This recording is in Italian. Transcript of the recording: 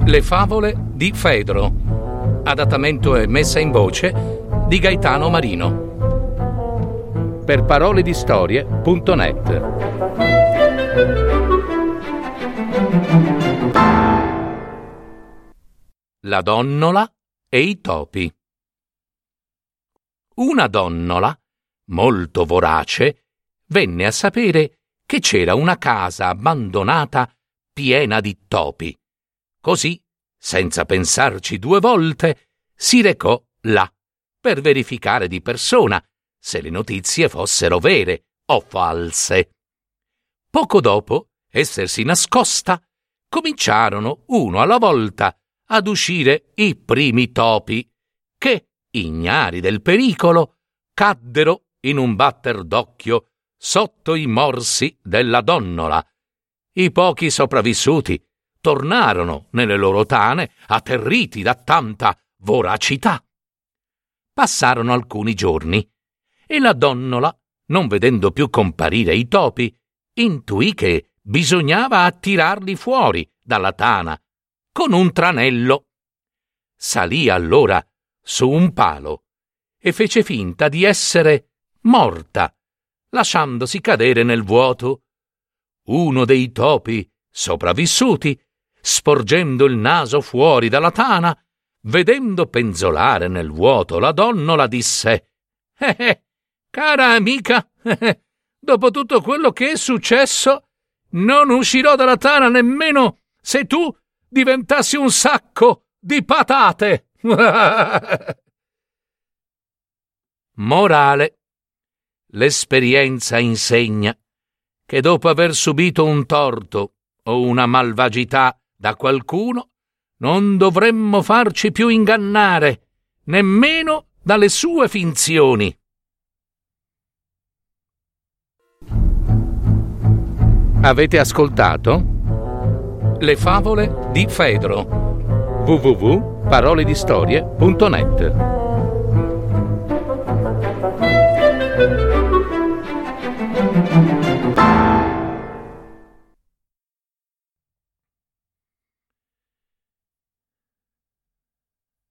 Le favole di Fedro. Adattamento e messa in voce di Gaetano Marino. Per paroledistorie.net. La donnola e i topi. Una donnola, molto vorace, venne a sapere che c'era una casa abbandonata piena di topi. Così, senza pensarci due volte, si recò là per verificare di persona se le notizie fossero vere o false. Poco dopo essersi nascosta, cominciarono uno alla volta ad uscire i primi topi, che, ignari del pericolo, caddero in un batter d'occhio sotto i morsi della donnola. I pochi sopravvissuti tornarono nelle loro tane atterriti da tanta voracità. Passarono alcuni giorni e la donnola, non vedendo più comparire i topi, intuì che bisognava attirarli fuori dalla tana con un tranello. Salì allora su un palo e fece finta di essere morta, lasciandosi cadere nel vuoto. Uno dei topi sopravvissuti, sporgendo il naso fuori dalla tana, vedendo penzolare nel vuoto la donnola, disse: cara amica, dopo tutto quello che è successo, non uscirò dalla tana nemmeno se tu diventassi un sacco di patate. Morale: l'esperienza insegna che dopo aver subito un torto o una malvagità da qualcuno, non dovremmo farci più ingannare, nemmeno dalle sue finzioni. Avete ascoltato Le favole di Fedro. www.paroledistorie.net